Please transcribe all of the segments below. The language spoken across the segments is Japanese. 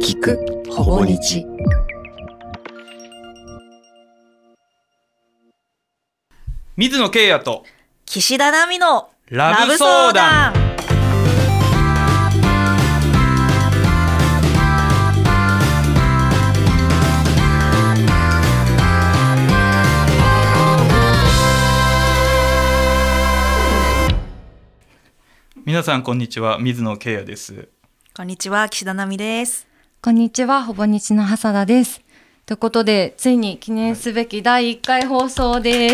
聞くほぼ日。 水野圭也と岸田奈美のラブ相談。皆さんこんにちは、水野圭也です。 こんにちは、岸田奈美です。 こんにちは、ほぼ日のհաս田です。ということで、ついに記念すべき第1回放送です。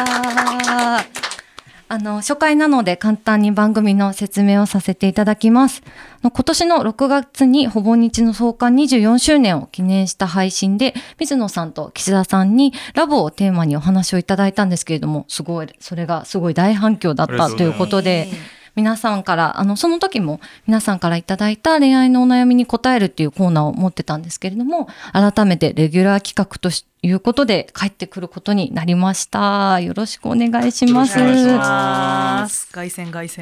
初回なので簡単に番組の説明をさせていただきます。今年の6月にほぼ日の創刊24周年を記念した配信で、水野さんと岸田さんにラブをテーマにお話をいただいたんですけれども、それがすごい大反響だったということで、皆さんからその時も皆さんからいただいた恋愛のお悩みに答えるっていうコーナーを持ってたんですけれども、改めてレギュラー企画ということで帰ってくることになりました。よろしくお願いします。 凱旋パ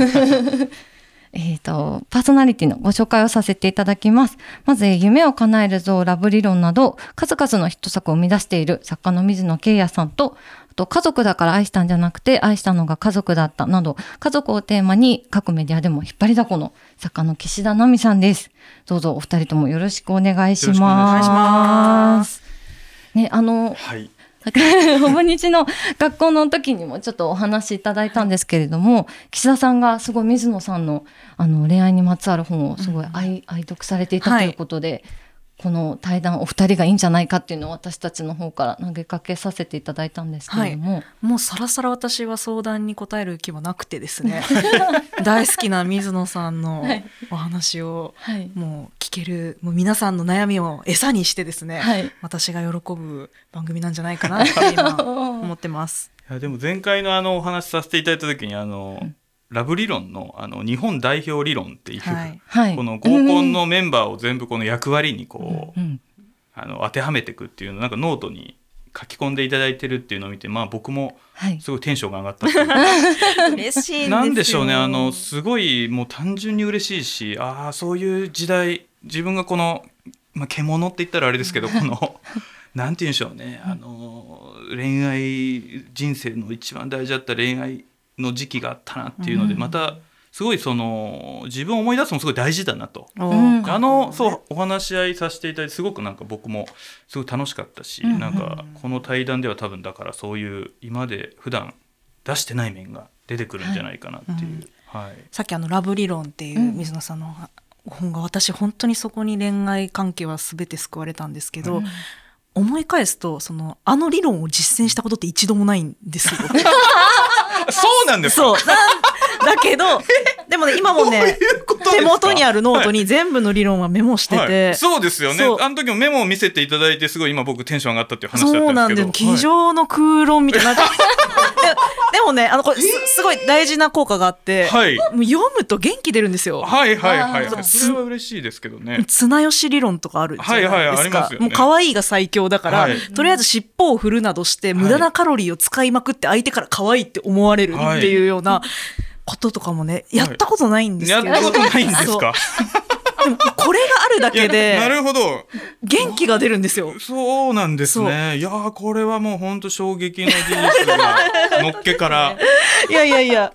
ーソナリティのご紹介をさせていただきます。まず夢を叶えるぞラブ理論など数々のヒット作を生み出している作家の水野圭也さんと、家族だから愛したんじゃなくて愛したのが家族だったなど、家族をテーマに各メディアでも引っ張りだこの作家の岸田奈美さんです。どうぞお二人ともよろしくお願いします。 よろしくお願いします。 ね、 はい。 ほぼ日の学校の時にもちょっとお話しいただいたんですけれども、岸田さんがすごい水野さんの恋愛にまつわる本をすごい愛読されていたということで、この対談お二人がいいんじゃないかっていうのを私たちの方から投げかけさせていただいたんですけれども、 もうさらさら私は相談に答える気はなくてですね大好きな水野さんのお話をもう聞ける、もう皆さんの悩みを餌にしてですね、私が喜ぶ番組なんじゃないかなって今思ってます。 いやでも前回のお話しさせていただいた時にラブ理論の日本代表理論っていう、この合コンのメンバーを全部この役割にこう、当てはめていくっていうのをなんかノートに書き込んでいただいてるっていうのを見て、僕もすごいテンションが上がったっていう嬉しいんですよ。 なんでしょうね、すごいもう単純に嬉しいし、そういう時代、自分がこの、獣って言ったらあれですけど、このなんて言うんでしょうね、恋愛人生の一番大事だった恋愛の時期があったなっていうので、またすごい自分を思い出すのもすごい大事だなと、そうお話し合いさせていただいて、すごくなんか僕もすごい楽しかったし、なんかこの対談では多分だからそういう今まで普段出してない面が出てくるんじゃないかなっていう、 さっきラブ理論っていう水野さんの本が、私本当にそこに恋愛関係は全て救われたんですけど、思い返すと理論を実践したことって一度もないんですよそうなんですか。 そうだけどでもね、今もね手元にあるノートに全部の理論はメモしてて、 そうですよね。あの時もメモを見せていただいて、すごい今僕テンション上がったっていう話だったんですけど、 そうなんです。机上の空論みたいなでもね、これすごい大事な効果があって、もう読むと元気出るんですよ。 それは嬉しいですけどね。 綱吉理論とかあるじゃないですか。もう可愛いが最強だから、とりあえず尻尾を振るなどして無駄なカロリーを使いまくって相手から可愛いって思われるっていうようなこととかもね、やったことないんですけど。 やったことないんですか。 でもこれがあるだけでなるほど、 元気が出るんですよ。 そうなんですね。いやこれはもう本当衝撃の事実がのっけからいや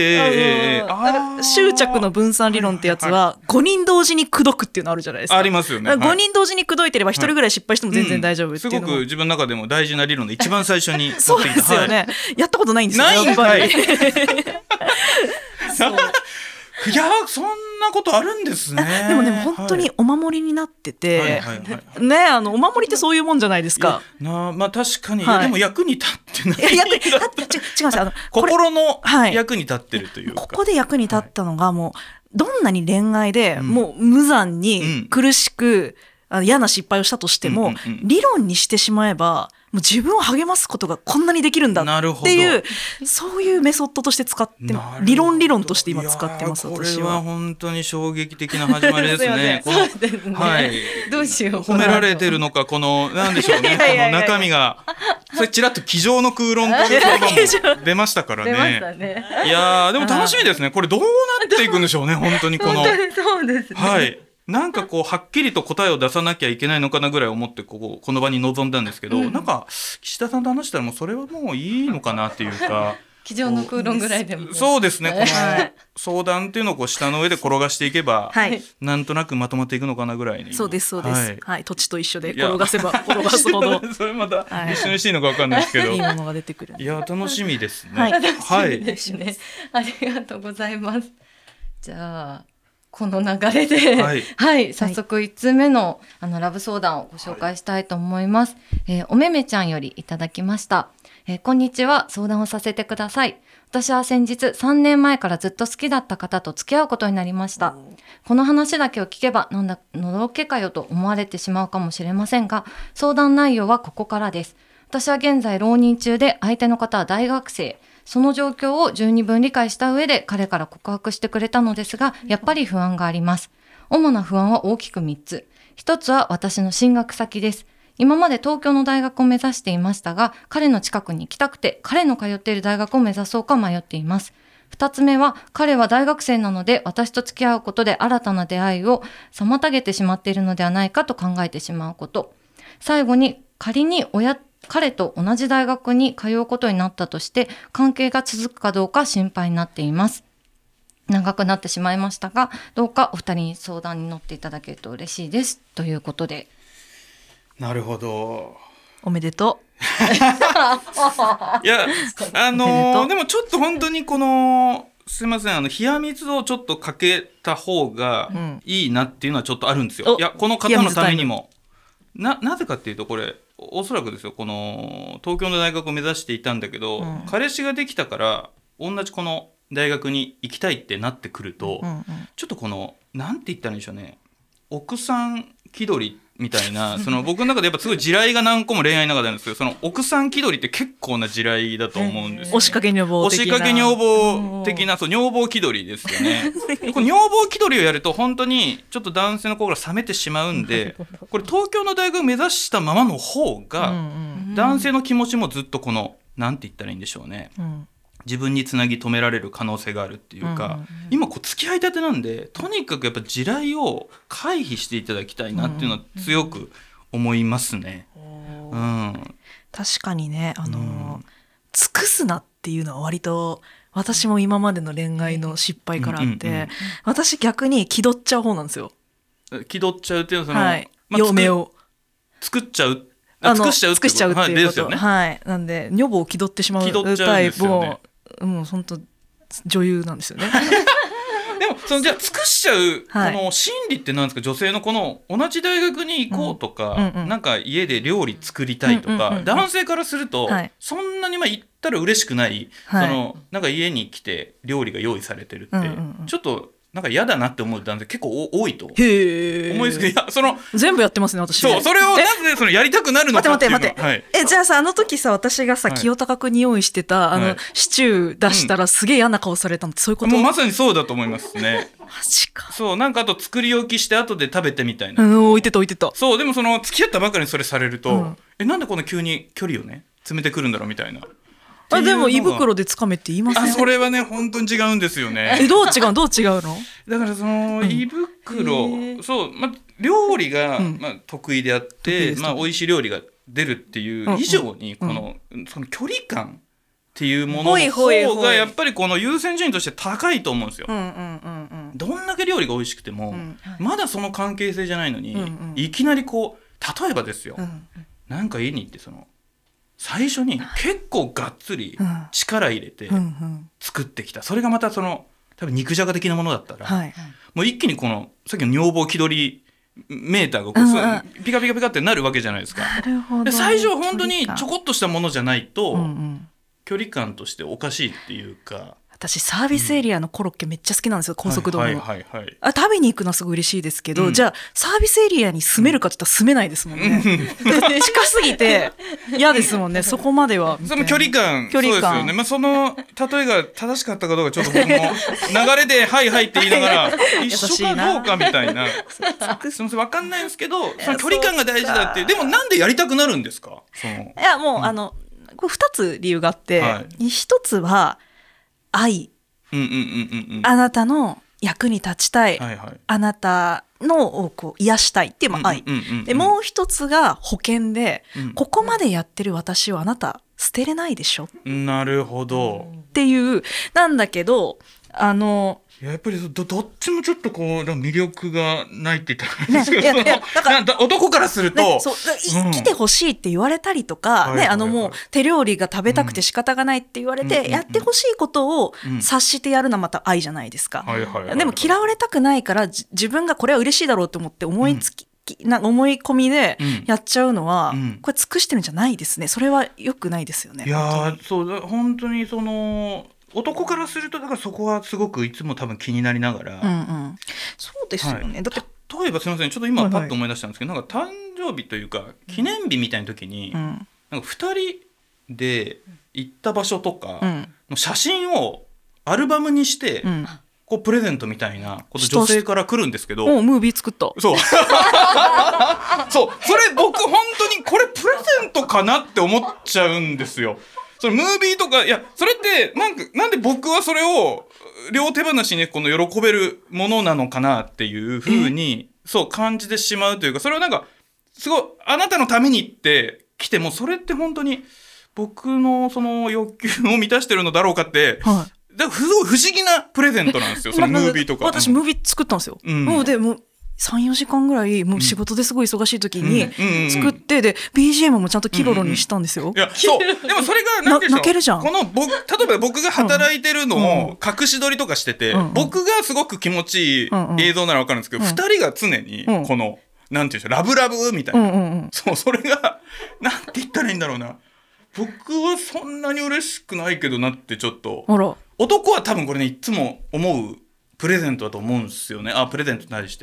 執着の分散理論ってやつは5人同時に口説くっていうのあるじゃないですか。 ありますよね。 5人同時に口説いてれば1人ぐらい失敗しても全然大丈夫っていうのも、 すごく自分の中でも大事な理論で一番最初にそうですよね、やったことないんですよやっぱりそういやそんなことあるんですね。 でもね、本当にお守りになってて、お守りってそういうもんじゃないですか。 確かに、でも役に立ってない。違うんですよ。 心の役に立ってるというか、 ここで役に立ったのが、もうどんなに恋愛でもう無残に苦しく嫌な失敗をしたとしても、理論にしてしまえばもう自分を励ますことがこんなにできるんだっていう、そういうメソッドと使って理論として今使ってます。 これは本当に衝撃的な始まりですね。 どうしよう、 褒められてるのか、なんでしょうね、この中身がそれちらっと机上の空論という言葉も出ましたからね。いやでも楽しみですね。これどうなっていくんでしょうね本当に。 そうですね。 なんかこうはっきりと答えを出さなきゃいけないのかなぐらい思ってこの場に臨んだんですけど、なんか岸田さんと話したらもうそれはもういいのかなっていうか机上の空論ぐらいでもそうですね、この相談っていうのをこう下の上で転がしていけば、 はい、 なんとなくまとまっていくのかなぐらいに。 そうですそうです、はいはい、土地と一緒で転がせば転がすほどそれまた一緒にしていいのか分かんないですけど、 いいものが出てくる。 いや楽しみですね。 はい、 楽しみですね、はい、ありがとうございます。じゃあこの流れで、はいはい、早速1通目の、ラブ相談をご紹介したいと思います、おめめちゃんよりいただきました。こんにちは、相談をさせてください。私は先日3年前からずっと好きだった方と付き合うことになりました。この話だけを聞けばなんだのろけかよと思われてしまうかもしれませんが、相談内容はここからです。私は現在浪人中で、相手の方は大学生。その状況を十二分理解した上で彼から告白してくれたのですが、やっぱり不安があります。主な不安は大きく3つ。1つは私の進学先です。今まで東京の大学を目指していましたが、彼の近くに行きたくて、彼の通っている大学を目指そうか迷っています。2つ目は、彼は大学生なので、私と付き合うことで新たな出会いを妨げてしまっているのではないかと考えてしまうこと。最後に、仮に彼と同じ大学に通うことになったとして関係が続くかどうか心配になっています。長くなってしまいましたが、どうかお二人に相談に乗っていただけると嬉しいですということで。 なるほど、 おめでとう。いやでもちょっと本当にすいません、冷や水をちょっとかけた方がいいなっていうのはちょっとあるんですよ、いやこの方のためにも。なぜかっていうと、これおそらくですよ、この東京の大学を目指していたんだけど、彼氏ができたから同じこの大学に行きたいってなってくると、ちょっとなんて言ったらいいんでしょうね、奥さん気取りみたいな僕の中でやっぱすごい地雷が何個も恋愛の中であるんですけど、その奥さん気取りって結構な地雷だと思うんですよ、 押しかけ女房的な、 押しかけ女房的な、そう女房気取りですよねこれ女房気取りをやると本当にちょっと男性の心が冷めてしまうんで、これ東京の大学を目指したままの方が男性の気持ちもずっとなんて言ったらいいんでしょうね、自分につなぎ止められる可能性があるっていうか、今付き合いたてなんで、とにかくやっぱ地雷を回避していただきたいなっていうのは強く思いますね。 確かにね、尽くすなっていうのは割と私も今までの恋愛の失敗からあって、私逆に気取っちゃう方なんですよ。 気取っちゃうっていうのははい、嫁を作っちゃう尽くしちゃうっていうこと、 はい、なんで女房を気取ってしまうタイプももう本当女優なんですよねでもじゃあ尽くしちゃうこの心理って何ですか、女性の同じ大学に行こうとか、なんか家で料理作りたいとか、男性からすると、そんなに行ったら嬉しくない、なんか家に来て料理が用意されてるって、ちょっとなんか嫌だなって思う男性結構多いと思うんですけど、 全部やってますね私。 そう、それをなぜやりたくなるのかっていうの。 待ってじゃあさ、あの時さ私がさ、清高くんに用意してたシチュー出したらすげえ嫌な顔されたのってそういうこと？ もうまさにそうだと思いますねマジか。 そう、なんかあと作り置きして後で食べてみたいな、 置いてたそう、でも付き合ったばかりにそれされると、なんでこんな急に距離をね詰めてくるんだろうみたいな。 でも胃袋でつかめって言いません？ それはね本当に違うんですよね。 どう違うの？ だから胃袋、そう、料理が、得意であって、美味しい料理が出るっていう以上に、その距離感っていうものの方がやっぱり優先順位として高いと思うんですよ。どんだけ料理が美味しくても、まだその関係性じゃないのに、いきなり例えばですよ、なんか家に行って最初に結構がっつり力入れて作ってきた、それがまた多分肉じゃが的なものだったら、もう一気にさっきの女房気取りメーターがピカピカピカってなるわけじゃないですか。で最初は本当にちょこっとしたものじゃないと、距離感としておかしいっていうか。 私サービスエリアのコロッケめっちゃ好きなんですよ、高速道路の。食べに行くのはすごい嬉しいですけど、じゃあサービスエリアに住めるかって言ったら住めないですもんね近すぎて嫌ですもんねそこまでは。 その距離感そうですよね。その例えが正しかったかどうかちょっと僕も流れではいはいって言いながら一緒かどうかみたいなすみません分かんないんですけど、その距離感が大事だっていう。でもなんでやりたくなるんですか？ いやもうこれ2つ理由があって、1つは愛、あなたの役に立ちたい、 はいはい、 あなたのをこう癒したいっていう、愛、でもう一つが保険で、ここまでやってる私をあなた捨てれないでしょ。 なるほど。 っていうなんだけどやっぱりどっちもちょっとこう魅力がないって言ったらいいですけど、ね、男からすると、 ね、生きてほしいって言われたりとか、もう手料理が食べたくて仕方がないって言われて、やってほしいことを察してやるのはまた愛じゃないですか。でも嫌われたくないから自分がこれは嬉しいだろうと思って思い込みでやっちゃうのは、これ尽くしてるんじゃないですね。それは良くないですよね。 いやそう本当に男からするとだからそこはすごくいつも多分気になりながら、 そうですよね、だって例えばすみませんちょっと今パッと思い出したんですけど、なんか誕生日というか記念日みたいな時に、なんか2人で行った場所とかの写真をアルバムにして、こうプレゼントみたいなこと女性から来るんですけど、 ムービー作った。 そうそうそれ僕本当にこれプレゼントかなって思っちゃうんですよ。そのムービーとか、いやそれってなんで僕はそれを両手放しにこの喜べるものなのかなっていう風にそう感じてしまうというか、それはなんかすごいあなたのためにって来ても、それって本当に僕のその欲求を満たしてるのだろうかって、だからすごい不思議なプレゼントなんですよ、そのムービーとか。 私ムービー作ったんですよ、もうでも3,4 時間ぐらいもう仕事ですごい忙しい時に作って、で BGM もちゃんとキロロにしたんですよ。 いやそうでもそれがなんていうの、 泣けるじゃん。 例えば僕が働いてるのを隠し撮りとかしてて、僕がすごく気持ちいい映像なら分かるんですけど、2人が常にこのなんていうんでしょう、ラブラブみたいな、それがなんて言ったらいいんだろうな、僕はそんなに嬉しくないけどなってちょっと。男は多分これねいつも思うプレゼントだと思うんですよね。プレゼントに対して、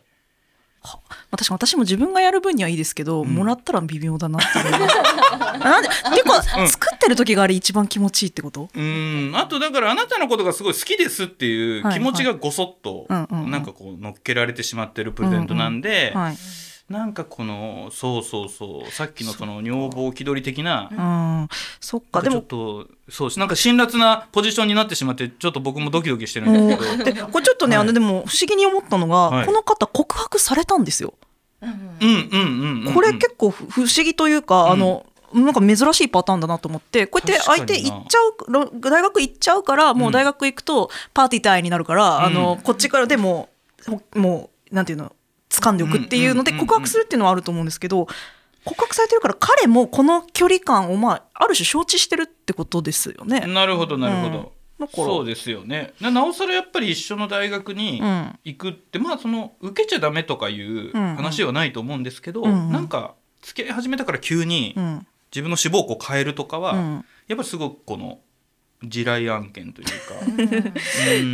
私も自分がやる分にはいいですけど、もらったら微妙だなってなんで結構作ってる時があれ一番気持ちいいってこと？ あとだからあなたのことがすごい好きですっていう気持ちがごそっとなんかこう乗っけられてしまってるプレゼントなんで、なんかこのそうさっきのその女房気取り的な、 そっか、でもちょっとそうなんか辛辣なポジションになってしまって、ちょっと僕もドキドキしてるんですけど、 でこれちょっとね、でも不思議に思ったのが、この方告白されたんですよ。これ結構不思議というか、なんか珍しいパターンだなと思って、こうやって相手行っちゃう、大学行っちゃうから、もう大学行くとパーティータイになるから、こっちからでもうなんていうの掴んでおくっていうので告白するっていうのはあると思うんですけど、告白されてるから彼もこの距離感をある種承知してるってことですよね。 なるほど、そうですよね。なおさらやっぱり一緒の大学に行くって、その受けちゃダメとかいう話はないと思うんですけど、なんか付き合い始めたから急に自分の志望校を変えるとかは、やっぱりすごくこの地雷案件というか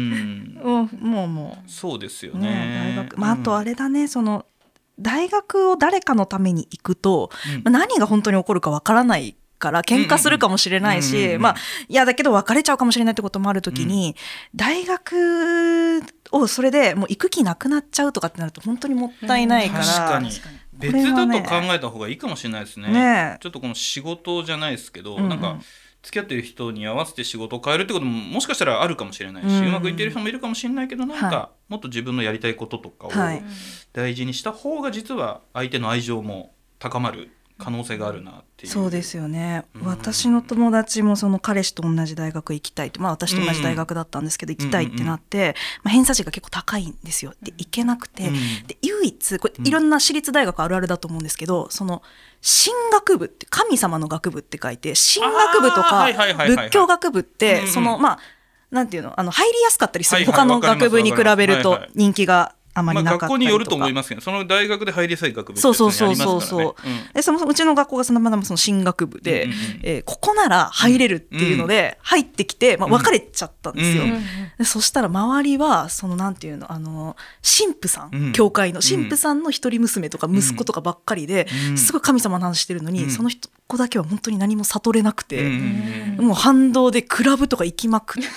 もうそうですよね。 大学、あとあれだね、その大学を誰かのために行くと、何が本当に起こるかわからないから喧嘩するかもしれないし、いやだけど別れちゃうかもしれないってこともあるときに、大学をそれでもう行く気なくなっちゃうとかってなると本当にもったいないから、 確かに別だと考えた方がいいかもしれないですね。ちょっとこの仕事じゃないですけど、なんか付き合ってる人に合わせて仕事を変えるってことももしかしたらあるかもしれないし、うまくいってる人もいるかもしれないけど、なんかもっと自分のやりたいこととかを大事にした方が実は相手の愛情も高まる可能性があるなっていう。 そうですよね、私の友達もその彼氏と同じ大学行きたいって、私と同じ大学だったんですけど行きたいってなって、偏差値が結構高いんですよ。で行けなくて、で唯一これいろんな私立大学あるあるだと思うんですけど、その神学部って神様の学部って書いて神学部とか仏教学部ってそのなんていうの、入りやすかったりする、他の学部に比べると人気があまりなかったりとか、 学校によると思いますけど、その大学で入りやすい学部ってありますからね。 そもそもうちの学校がその神学部で、ここなら入れるっていうので入ってきて、別れちゃったんですよ。でそしたら周りはそのなんていうの、神父さん、教会の神父さんの一人娘とか息子とかばっかりで、すごい神様の話してるのに、その子だけは本当に何も悟れなくて、もう反動でクラブとか行きまくって、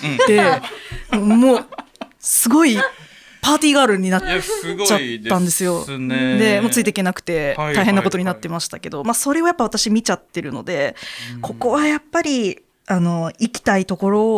もうすごいパーティーガールになっちゃったんですよ。でもうついていけなくて大変なことになってましたけど、それをやっぱ私見ちゃってるので、ここはやっぱり行きたいところを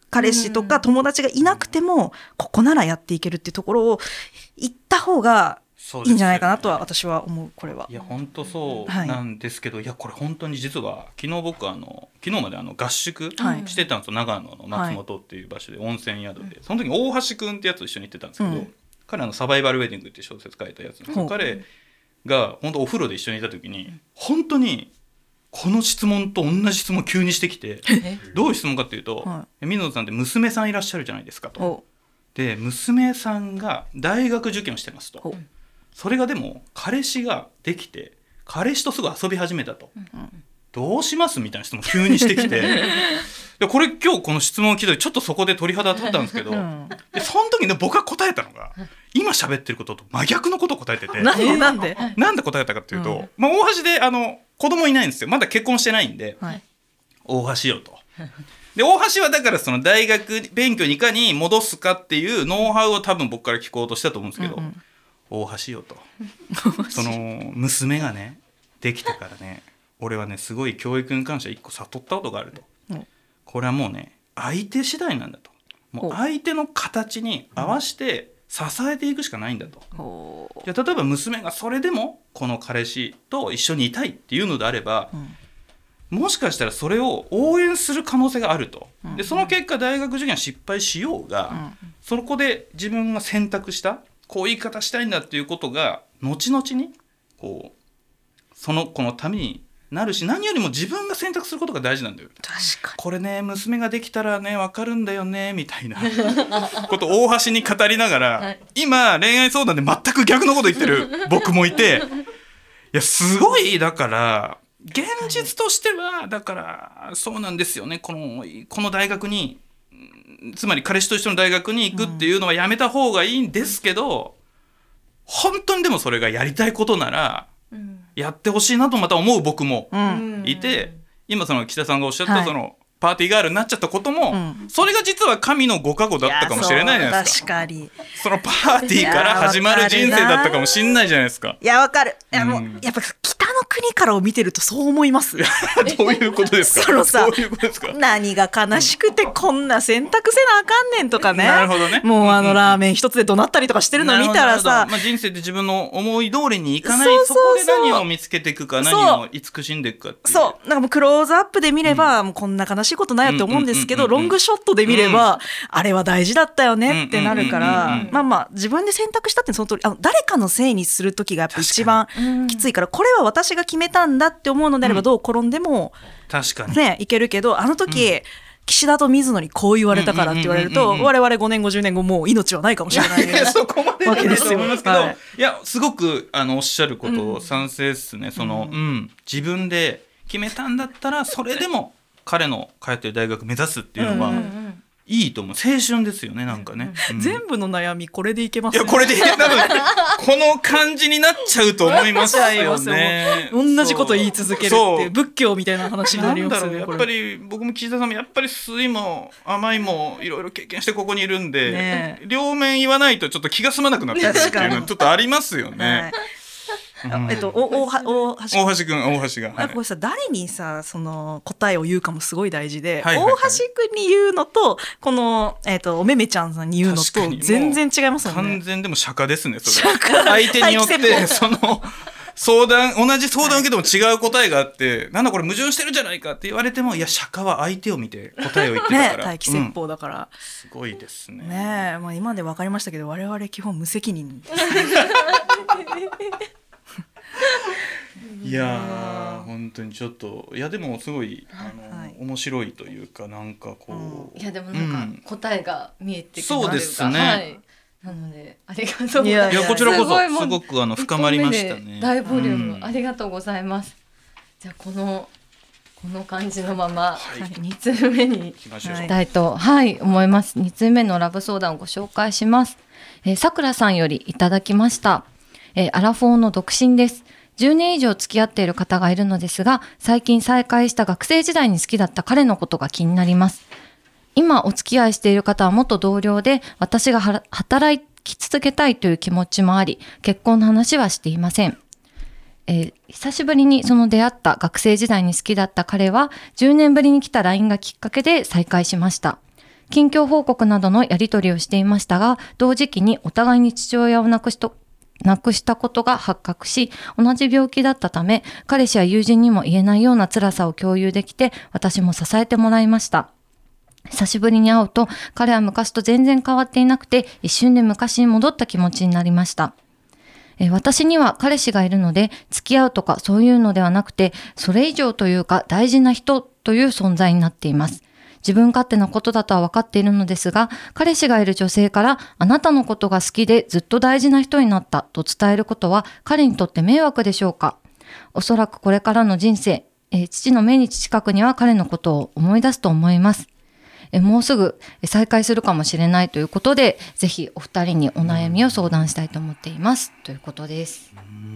彼氏とか友達がいなくてもここならやっていけるっていうところを行った方がいいんじゃないかなとは私は思う。これはいや本当そうなんですけど、いやこれ本当に実は昨日僕昨日まで合宿してたんですよ、長野の松本っていう場所で温泉宿で、その時に大橋くんってやつと一緒に行ってたんですけど、彼サバイバルウェディングっていう小説書いたやつなんですよ。彼が本当お風呂で一緒にいた時に本当にこの質問と同じ質問を急にしてきてどういう質問かっていうと、水野さんって娘さんいらっしゃるじゃないですかと。で娘さんが大学受験をしてますと。それがでも彼氏ができて彼氏とすぐ遊び始めたと、どうしますみたいな質問急にしてきてでこれ今日この質問を聞いてちょっとそこで鳥肌立ったんですけど、でその時に僕が答えたのが今喋ってることと真逆のことを答えてて、 なんで答えたかっていうと、大橋で子供いないんですよ、まだ結婚してないんで、大橋よと。で大橋はだからその大学勉強にいかに戻すかっていうノウハウを多分僕から聞こうとしたと思うんですけど、大橋よとその娘がねできてからね、俺はねすごい教育に関しては一個悟ったことがあると、これはもうね相手次第なんだと、もう相手の形に合わせて支えていくしかないんだと、じゃあ例えば娘がそれでもこの彼氏と一緒にいたいっていうのであれば、もしかしたらそれを応援する可能性があると。でその結果大学受験は失敗しようが、そこで自分が選択したこういう言い方したいんだっていうことが後々にこうその子のためになるし、何よりも自分が選択することが大事なんだよ。 確かにこれね娘ができたらね分かるんだよねみたいなことを大橋に語りながら、今恋愛相談で全く逆のこと言ってる僕もいて、いやすごいだから現実としてはだからそうなんですよね、この大学につまり彼氏と一緒の大学に行くっていうのはやめた方がいいんですけど、本当にでもそれがやりたいことならやってほしいなとまた思う僕もいて、今その北さんがおっしゃったそのパーティーガールになっちゃったことも、それが実は神のご加護だったかもしれないじゃないですか。 確かにそのパーティーから始まる人生だったかもしれないじゃないですか。 いやわかる。いやもうやっぱ北の国からを見てるとそう思います。 どういうことですか。 そのさ、 どういうことですか。 何が悲しくてこんな選択せなあかんねんとかね。 なるほどね。 もうラーメン一つで怒鳴ったりとかしてるの見たらさ、 人生で自分の思い通りにいかない、そこで何を見つけていくか、何を慈しんでいくかっていう。そう、なんかもうクローズアップで見れば、もうこんな悲しいことないよって思うんですけど、ロングショットで見れば、あれは大事だったよねってなるから、まあ自分で選択したってその通り、誰かのせいにする時がやっぱ一番きついから、これは私が決めたんだって思うのであればどう転んでも確かにねいけるけど、あの時、岸田と水野にこう言われたからって言われると、我々5年後10年後もう命はないかもしれないそこまでわけですよ。いやすごくおっしゃること賛成ですね。自分で決めたんだったらそれでも彼の通ってる大学目指すっていうのはいいと思う。青春ですよね、なんかね、 全部の悩みこれでいけますね。 いやこれで多分この感じになっちゃうと思いますよね。 同じこと言い続けるっていう仏教みたいな話になりますよね。 やっぱり僕も岸田さんもやっぱり酸いも甘いもいろいろ経験してここにいるんで、両面言わないとちょっと気が済まなくなってくるっていうのはちょっとありますよね。 大橋君が、 これさ、誰にさその答えを言うかもすごい大事で、大橋君に言うのとこの、おめめちゃんさんに言うのと全然違いますよね。 完全でも釈迦ですねそれ。相手によってその同じ相談を受けても違う答えがあって、なんだこれ矛盾してるじゃないかって言われても、いや釈迦は相手を見て答えを言ってたから、 待機説法だから、 すごいですね。 まあ、今で分かりましたけど我々基本無責任いや本当にちょっと、いやでもすごい面白いというか、なんかこう、 いやでもなんか答えが見えてきた、 そうですね、 なのでありがとうございます。 いやこちらこそすごく深まりましたね。 大ボリューム、ありがとうございます。じゃあこの感じのまま2通目に行きたいと思います。2通目のラブ相談をご紹介します。さくらさんよりいただきました。アラフォーの独身です。10年以上付き合っている方がいるのですが、最近再会した学生時代に好きだった彼のことが気になります。今お付き合いしている方は元同僚で、私が働き続けたいという気持ちもあり、結婚の話はしていません。久しぶりにその出会った学生時代に好きだった彼は10年ぶりに来た LINE がきっかけで再会しました。 近況報告などのやり取りをしていましたが、同時期にお互いに父親を亡くしたことが発覚し、同じ病気だったため、彼氏や友人にも言えないような辛さを共有できて、私も支えてもらいました。久しぶりに会うと、彼は昔と全然変わっていなくて、一瞬で昔に戻った気持ちになりました。私には彼氏がいるので、付き合うとかそういうのではなくて、それ以上というか大事な人という存在になっています。自分勝手なことだとは分かっているのですが、彼氏がいる女性からあなたのことが好きでずっと大事な人になったと伝えることは彼にとって迷惑でしょうか。おそらくこれからの人生、父の命日近くには彼のことを思い出すと思います。もうすぐ再会するかもしれないということで、ぜひお二人にお悩みを相談したいと思っていますということです。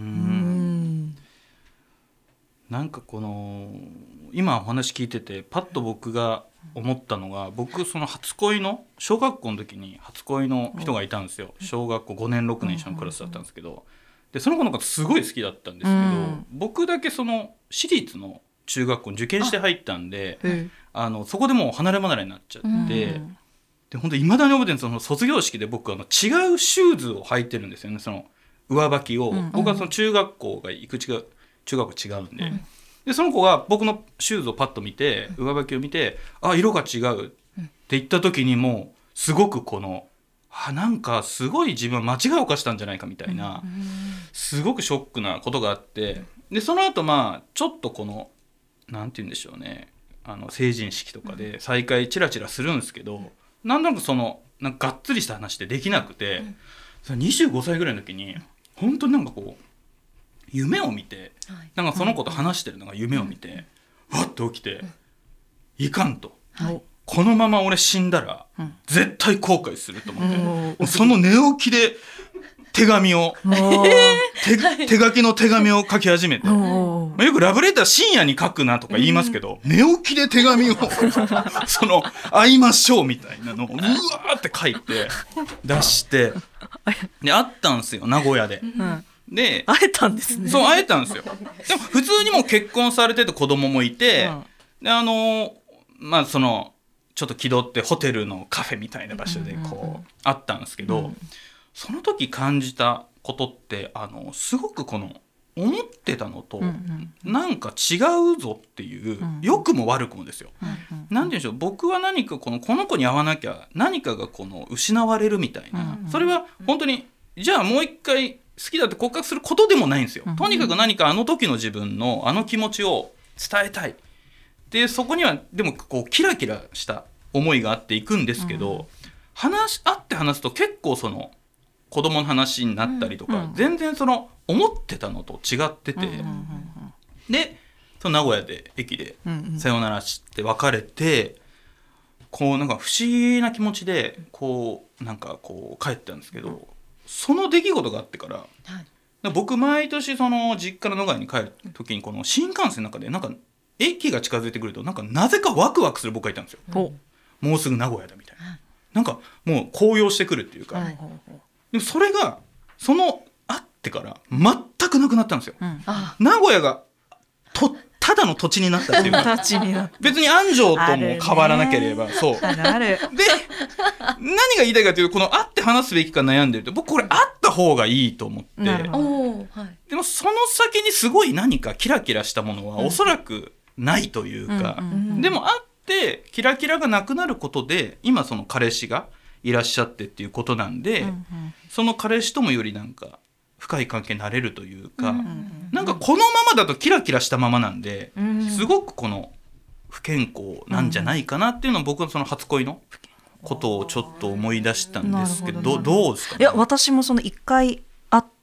なんかこの今お話聞いててパッと僕が思ったのが、僕その初恋の小学校の時に初恋の人がいたんですよ。小学校5年6年一緒のクラスだったんですけど、でその子のことすごい好きだったんですけど、僕だけその私立の中学校に受験して入ったんで、そこでもう離れ離れになっちゃって、で本当いまだに覚えてるんです。その卒業式で僕違うシューズを履いてるんですよね。その上履きを、僕はその中学校が行く中学校違うんで、でその子が僕のシューズをパッと見て、上履きを見て、あ、色が違うって言った時にもうすごくなんかすごい自分は間違いを犯したんじゃないかみたいな、すごくショックなことがあって、でその後ちょっとなんて言うんでしょうね、成人式とかで再会チラチラするんですけど、なんかなんかがっつりした話ってできなくて、25歳ぐらいの時に本当になんか夢を見て、なんかその子と話してるのが夢を見て、わっと起きて、いかんと、このまま俺死んだら絶対後悔すると思って、その寝起きで手紙を手書きの手紙を書き始めて、よくラブレター深夜に書くなとか言いますけど、寝起きで手紙を会いましょうみたいなのをうわーって書いて出して、で会ったんですよ、名古屋で。で会えたんですね。 そう、会えたんですよ。でも普通にもう結婚されてて子供もいて、でそのちょっと気取ってホテルのカフェみたいな場所で会ったんですけど、その時感じたことってすごく思ってたのとなんか違うぞっていう、良くも悪くもですよ。なんて言うんでしょう、僕は何かこの子に会わなきゃ何かが失われるみたいな、それは本当にじゃあもう一回好きだって告白することでもないんですよ。とにかく何かあの時の自分の気持ちを伝えたい。でそこにはでもキラキラした思いがあっていくんですけど、会って話すと結構子供の話になったりとか、全然思ってたのと違ってて、で名古屋で駅でさよならして別れて、なんか不思議な気持ちでなんか帰ったんですけど、その出来事があってから、僕毎年実家の野ヶ谷に帰る時に新幹線の中でなんか駅が近づいてくるとなぜかワクワクする僕がいたんですよ。もうすぐ名古屋だみたいな、なんかもう高揚してくるっていうか、でもそれが会ってから全くなくなったんですよ。名古屋がただの土地になったっていうか別に安城とも変わらなければ、そうで何が言いたいかというと、会って話すべきか悩んでると、僕これ会った方がいいと思って、でもその先にすごい何かキラキラしたものはおそらくないというか、でも会ってキラキラがなくなることで今彼氏がいらっしゃってっていうことなんで、その彼氏ともよりなんか深い関係になれるというか、なんかこのままだとキラキラしたままなんで、すごく不健康なんじゃないかなっていうのを僕は初恋のことをちょっと思い出したんですけど、どうですかね。 いや私も一回会って、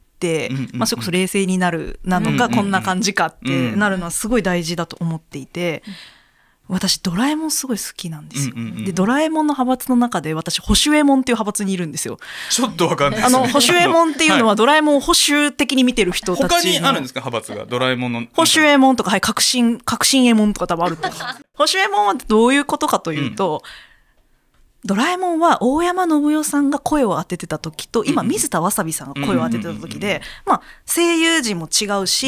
それこそ冷静になるなのか、こんな感じかってなるのはすごい大事だと思っていて、私ドラえもんすごい好きなんですよ。でドラえもんの派閥の中で私保守衛門っていう派閥にいるんですよ。 ちょっとわかんないですね。 保守衛門っていうのはドラえもんを保守的に見てる人たちの。 他にあるんですか、派閥がドラえもんの。 保守衛門とか、革新衛門とか多分あると思う。保守衛門はどういうことかというと、ドラえもんは大山信代さんが声を当ててた時と今水田わさびさんが声を当ててた時で、声優陣も違うし、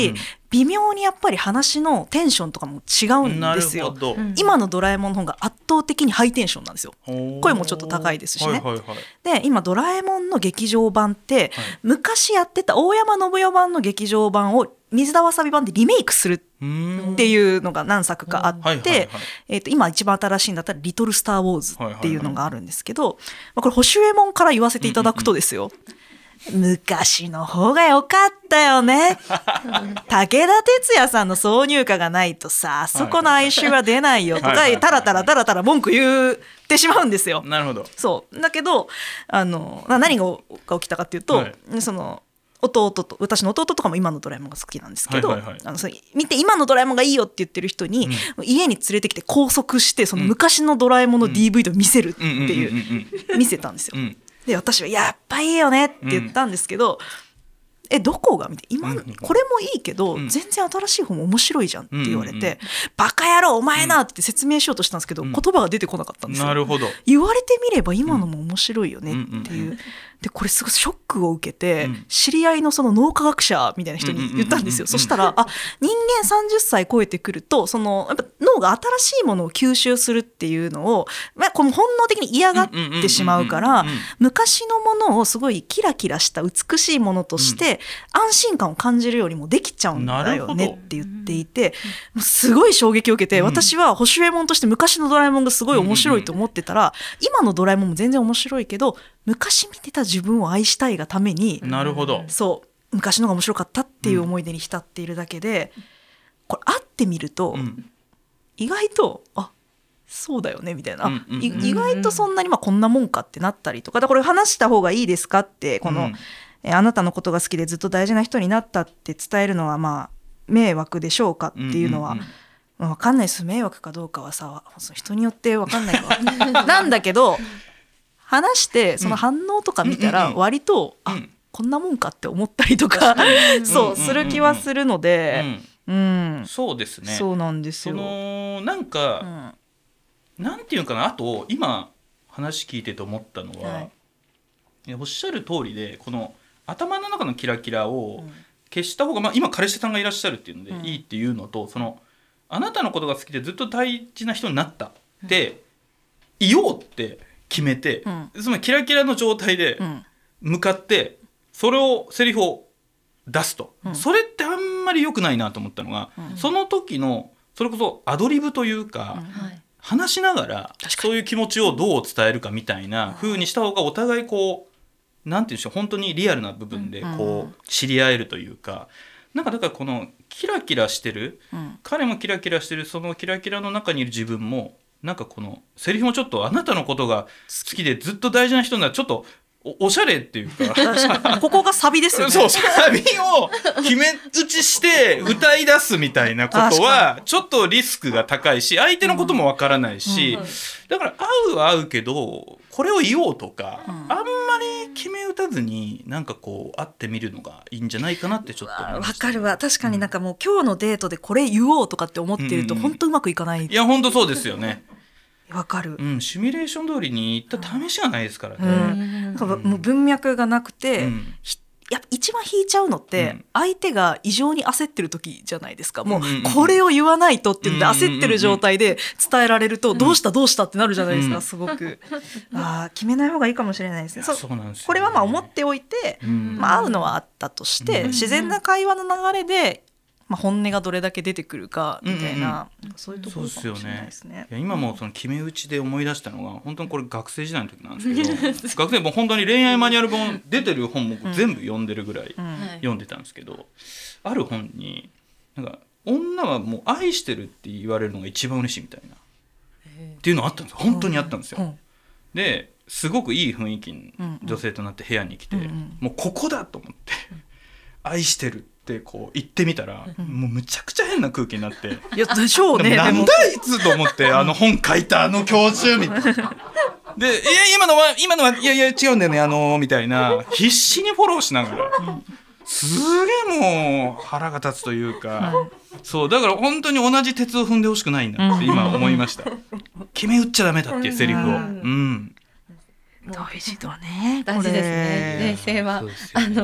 微妙にやっぱり話のテンションとかも違うんですよ。 なるほど。 今のドラえもんの方が圧倒的にハイテンションなんですよ。声もちょっと高いですしね。 はいはいはい、 で今ドラえもんの劇場版って、はい、昔やってた大山信代版の劇場版を水田わさび版でリメイクするっていうのが何作かあって、今一番新しいんだったらリトルスターウォーズっていうのがあるんですけど、これ星右衛門から言わせていただくとですよ、昔の方が良かったよね武田鉄矢さんの挿入歌がないとさ、あそこの哀愁は出ないよとかタラタラタラタラ文句言ってしまうんですよ。 なるほど。 そうだけど何が起きたかっていうと、その私の弟とかも今のドラえもんが好きなんですけど、見て今のドラえもんがいいよって言ってる人に、家に連れてきて拘束してその昔のドラえもんの DVD を見せるっていう見せたんですよ。で私はやっぱいいよねって言ったんですけど、どこが見て今のこれもいいけど、全然新しい方も面白いじゃんって言われて、バカ野郎お前なって説明しようとしたんですけど、言葉が出てこなかったんですよ。 なるほど。 言われてみれば今のも面白いよねっていう。でこれすごいショックを受けて、知り合いのその脳科学者みたいな人に言ったんですよ。そしたら人間30歳超えてくるとそのやっぱ脳が新しいものを吸収するっていうのを、この本能的に嫌がってしまうから、昔のものをすごいキラキラした美しいものとして安心感を感じるよりもできちゃうんだよねって言っていて、すごい衝撃を受けて、私は星右衛門として昔のドラえもんがすごい面白いと思ってたら、今のドラえもんも全然面白いけど昔見てた自分を愛したいがために、 なるほど、 そう昔のが面白かったっていう思い出に浸っているだけで、これ会ってみると、意外とそうだよねみたいな、意外とそんなにこんなもんかってなったりとか、だからこれ話した方がいいですかってこの、あなたのことが好きでずっと大事な人になったって伝えるのは迷惑でしょうかっていうのは、分かんないです。迷惑かどうかはさ人によって分かんないわなんだけど話してその反応とか見たら割と、こんなもんかって思ったりとかそうする気はするので、 そうですね。 そうなんですよ。 なんか、なんていうかな、あと今話聞いてて思ったのは、おっしゃる通りでこの頭の中のキラキラを消した方が、今彼氏さんがいらっしゃるっていうのでいいっていうのと、そのあなたのことが好きでずっと大事な人になったって言おうって決めて、つまりキラキラの状態で向かってそれをセリフを出すと、それってあんまり良くないなと思ったのが、その時のそれこそアドリブというか、話しながらそういう気持ちをどう伝えるかみたいな風にした方がお互いこうなんていうんでしょう、本当にリアルな部分でこう知り合えるというか、なんかだからこのキラキラしてる、彼もキラキラしてる、そのキラキラの中にいる自分もなんかこのセリフもちょっとあなたのことが好きでずっと大事な人ならちょっと おしゃれっていうかここがサビですよね。 そう、サビを決め打ちして歌い出すみたいなことはちょっとリスクが高いし、相手のこともわからないし、だから合うは合うけどこれを言おうとか、あんまり決め打たずになんかこう会ってみるのがいいんじゃないかなってちょっと思いました。 わかるわ。確かになんかもう今日のデートでこれ言おうとかって思ってると本当うまくいかない。 いや本当そうですよね。 わかる、 シミュレーション通りにいった試しがないですからね。 なんかもう文脈がなくて、やっぱ一番引いちゃうのって相手が異常に焦ってる時じゃないですか。もうこれを言わないとって言って焦ってる状態で伝えられるとどうしたどうしたってなるじゃないですか。すごく決めない方がいいかもしれないですね。 そうなんですよね。 これは思っておいて、会うのはあったとして、自然な会話の流れで本音がどれだけ出てくるかみたいな、そういうところかもしれないですね。 いや今もその決め打ちで思い出したのが、本当にこれ学生時代の時なんですけど学生も本当に恋愛マニュアル本出てる本も全部読んでるぐらい読んでたんですけど、ある本になんか女はもう愛してるって言われるのが一番嬉しいみたいなっていうのがあったんですよ。本当にあったんですよ。ですごくいい雰囲気に女性となって部屋に来て、もうここだと思って愛してるってこう言ってみたら、もうむちゃくちゃ変な空気になって、 いやでしょうね。 なんだいつと思って、本書いた教授みたいなで、いや今のはいや違うんだよねみたいな必死にフォローしながら、すげえもう腹が立つというか、そうだから本当に同じ鉄を踏んでほしくないんだって今思いました。決め打っちゃダメだっていうセリフを。大事だね。 大事ですね。冷静は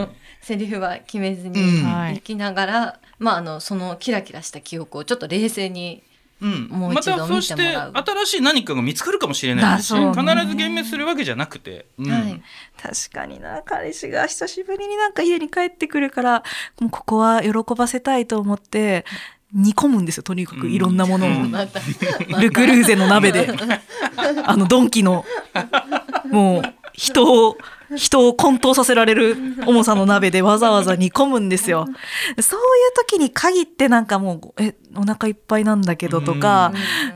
セリフは決めずうにん行きながら、そのキラキラした記憶をちょっと冷静にもうま一度たそして見てもらう。 新しい何かが見つかるかもしれないし、 だそう必ねず幻滅するわけじゃなくて、 はい確かにな、彼氏が久しぶりになんか家に帰ってくるからもうここは喜ばせたいと思って煮込むんですよ、とにかくいろんなものを、 またルクルーゼの鍋でドンキのもう人を混沌させられる重さの鍋でわざわざ煮込むんですよ。そういう時に限ってなんかもうお腹いっぱいなんだけどとか、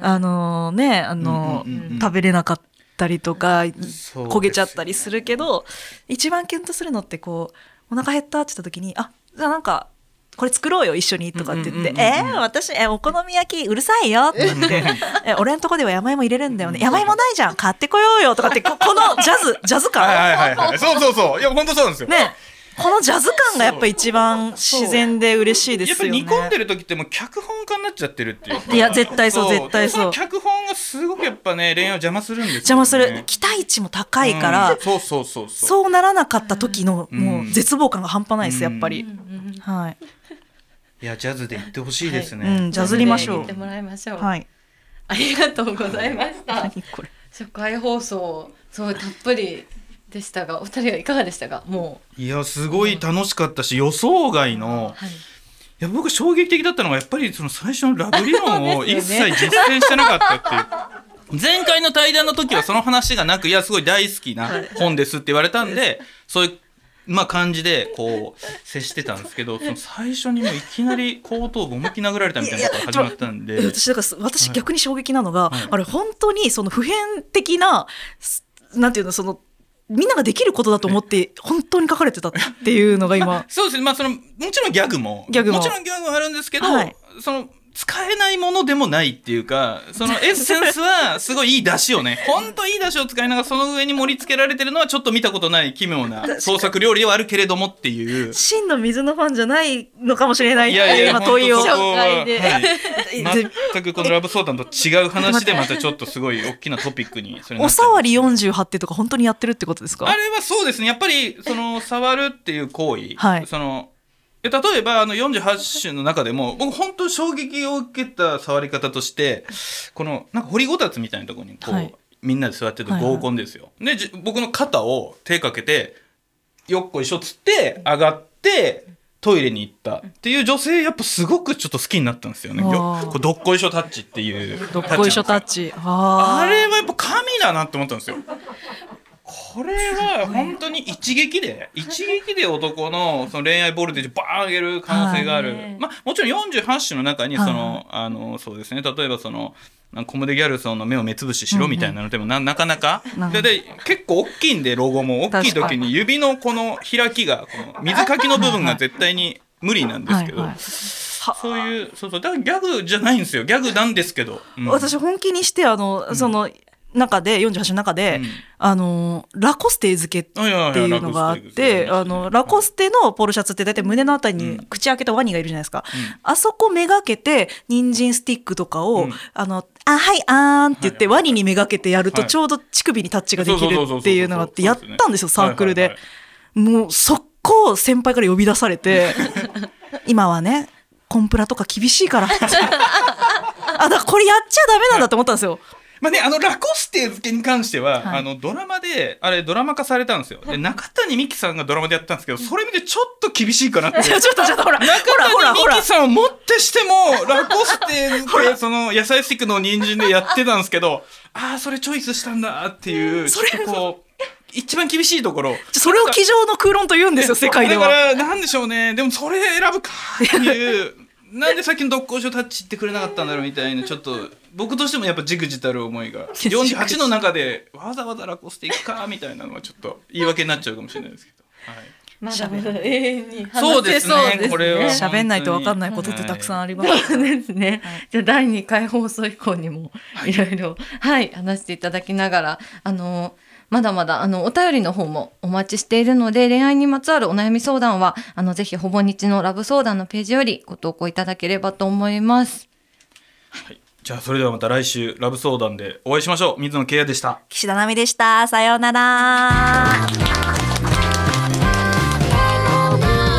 食べれなかったりとか焦げちゃったりするけど、一番キュンとするのってこうお腹減ったって言った時にじゃあなんかこれ作ろうよ一緒にとかって言って私お好み焼きうるさいよって言って俺のとこでは山芋入れるんだよね、山芋ないじゃん買ってこようよとかってこのジャズ感そういや本当そうなんですよね、このジャズ感がやっぱ一番自然で嬉しいですよね。 やっぱり煮込んでる時ってもう脚本家になっちゃってるっていうか、 いや絶対そう絶対そう、 その脚本がすごくやっぱね恋愛を邪魔するんですよね。 邪魔する、期待値も高いから、そうならなかった時のもう絶望感が半端ないですやっぱり、はい、 いやジャズで言ってほしいですね、 ジャズりましょう、 言ってもらいましょう。 はい、 ありがとうございました。 何これ初回放送すごいたっぷりでしたが、お二人はいかがでしたか？もいやすごい楽しかったし、予想外の、いや僕衝撃的だったのがやっぱりその最初のラブ理論を一切実践してなかったっていう。前回の対談の時はその話がなく、いやすごい大好きな本ですって言われたんで、そういう感じでこう接してたんですけど、その最初にもういきなり後頭部思いっきり殴られたみたいなことが始まったんで、 私逆に衝撃なのが、あれ本当にその普遍的ななんていうの、そのみんなができることだと思って本当に書かれてたっていうのが今そうですね、そのもちろんギャグももちろんギャグはあるんですけど、その使えないものでもないっていうか、そのエッセンスはすごいいい出汁をね本当いい出汁を使いながらその上に盛り付けられてるのはちょっと見たことない奇妙な創作料理ではあるけれどもっていう、 真の水のファンじゃないのかもしれないっていう今問いを紹介で、 全くこのラブ相談と違う話でまたちょっとすごい大きなトピックにそれなってるんです。 おさわり48ってとか本当にやってるってことですか？ あれはそうですね、やっぱりその触るっていう行為、その例えば48種の中でも僕本当に衝撃を受けた触り方として、このなんか掘りごたつみたいなところにこう、みんなで座ってる合コンですよ、で僕の肩を手かけてよっこいしょつって上がってトイレに行ったっていう女性、やっぱすごくちょっと好きになったんですよね。こうどっこいしょタッチっていうどっこいしょタッチ、 あれはやっぱ神だなって思ったんですよ。これは本当に一撃で男のその恋愛ボルテージバーン上げる可能性がある、もちろん48種の中にその、そうですね、例えばそのコムデ・ギャルソンの目を目つぶししろみたいなのでもなかなかで結構大きいんで、ロゴも大きい時に指のこの開きがこの水かきの部分が絶対に無理なんですけど、そういうだからギャグじゃないんですよ、ギャグなんですけど、 私本気にしてその中で48の中で、ラコステ付けっていうのがあって、ラコステのポロシャツって大体胸のあたりに口開けたワニがいるじゃないですか、あそこめがけて人参スティックとかを、はいあーんって言ってワニにめがけてやるとちょうど乳首にタッチができるっていうのがあってやったんですよ、サークルで。もう速攻先輩から呼び出されて今はねコンプラとか厳しいからだからこれやっちゃダメなんだと思ったんですよ。 ラコステ付けに関しては、ドラマであれドラマ化されたんですよ。で中谷美紀さんがドラマでやったんですけど、それ見てちょっと厳しいかなってちょっとほら中谷美紀さんをもってしてもラコステ付けその野菜スティックの人参でやってたんですけど、それチョイスしたんだっていう、ちょっとこう一番厳しいところ、 それを机上の空論と言うんですよ世界では。 だからなんでしょうね、でもそれ選ぶかっていうなんでさっきのどっこいしょタッチってくれなかったんだろうみたいな、ちょっと僕としてもやっぱじくじたる思いが48の中でわざわざラコステいくかみたいなのはちょっと言い訳になっちゃうかもしれないですけど、 まだまだ永遠にそうですね、これは喋んないと分かんないことってたくさんあります、 そうですね、じゃあ第2回放送以降にもいろいろ話していただきながらまだまだお便りの方もお待ちしているので、恋愛にまつわるお悩み相談はぜひほぼ日のラブ相談のページよりご投稿いただければと思います。 じゃあそれではまた来週ラブ相談でお会いしましょう。水野圭也でした。 岸田奈美でした。さようなら。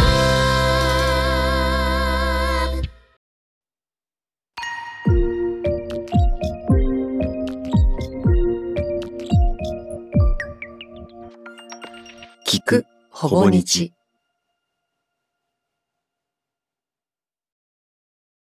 ほぼ日。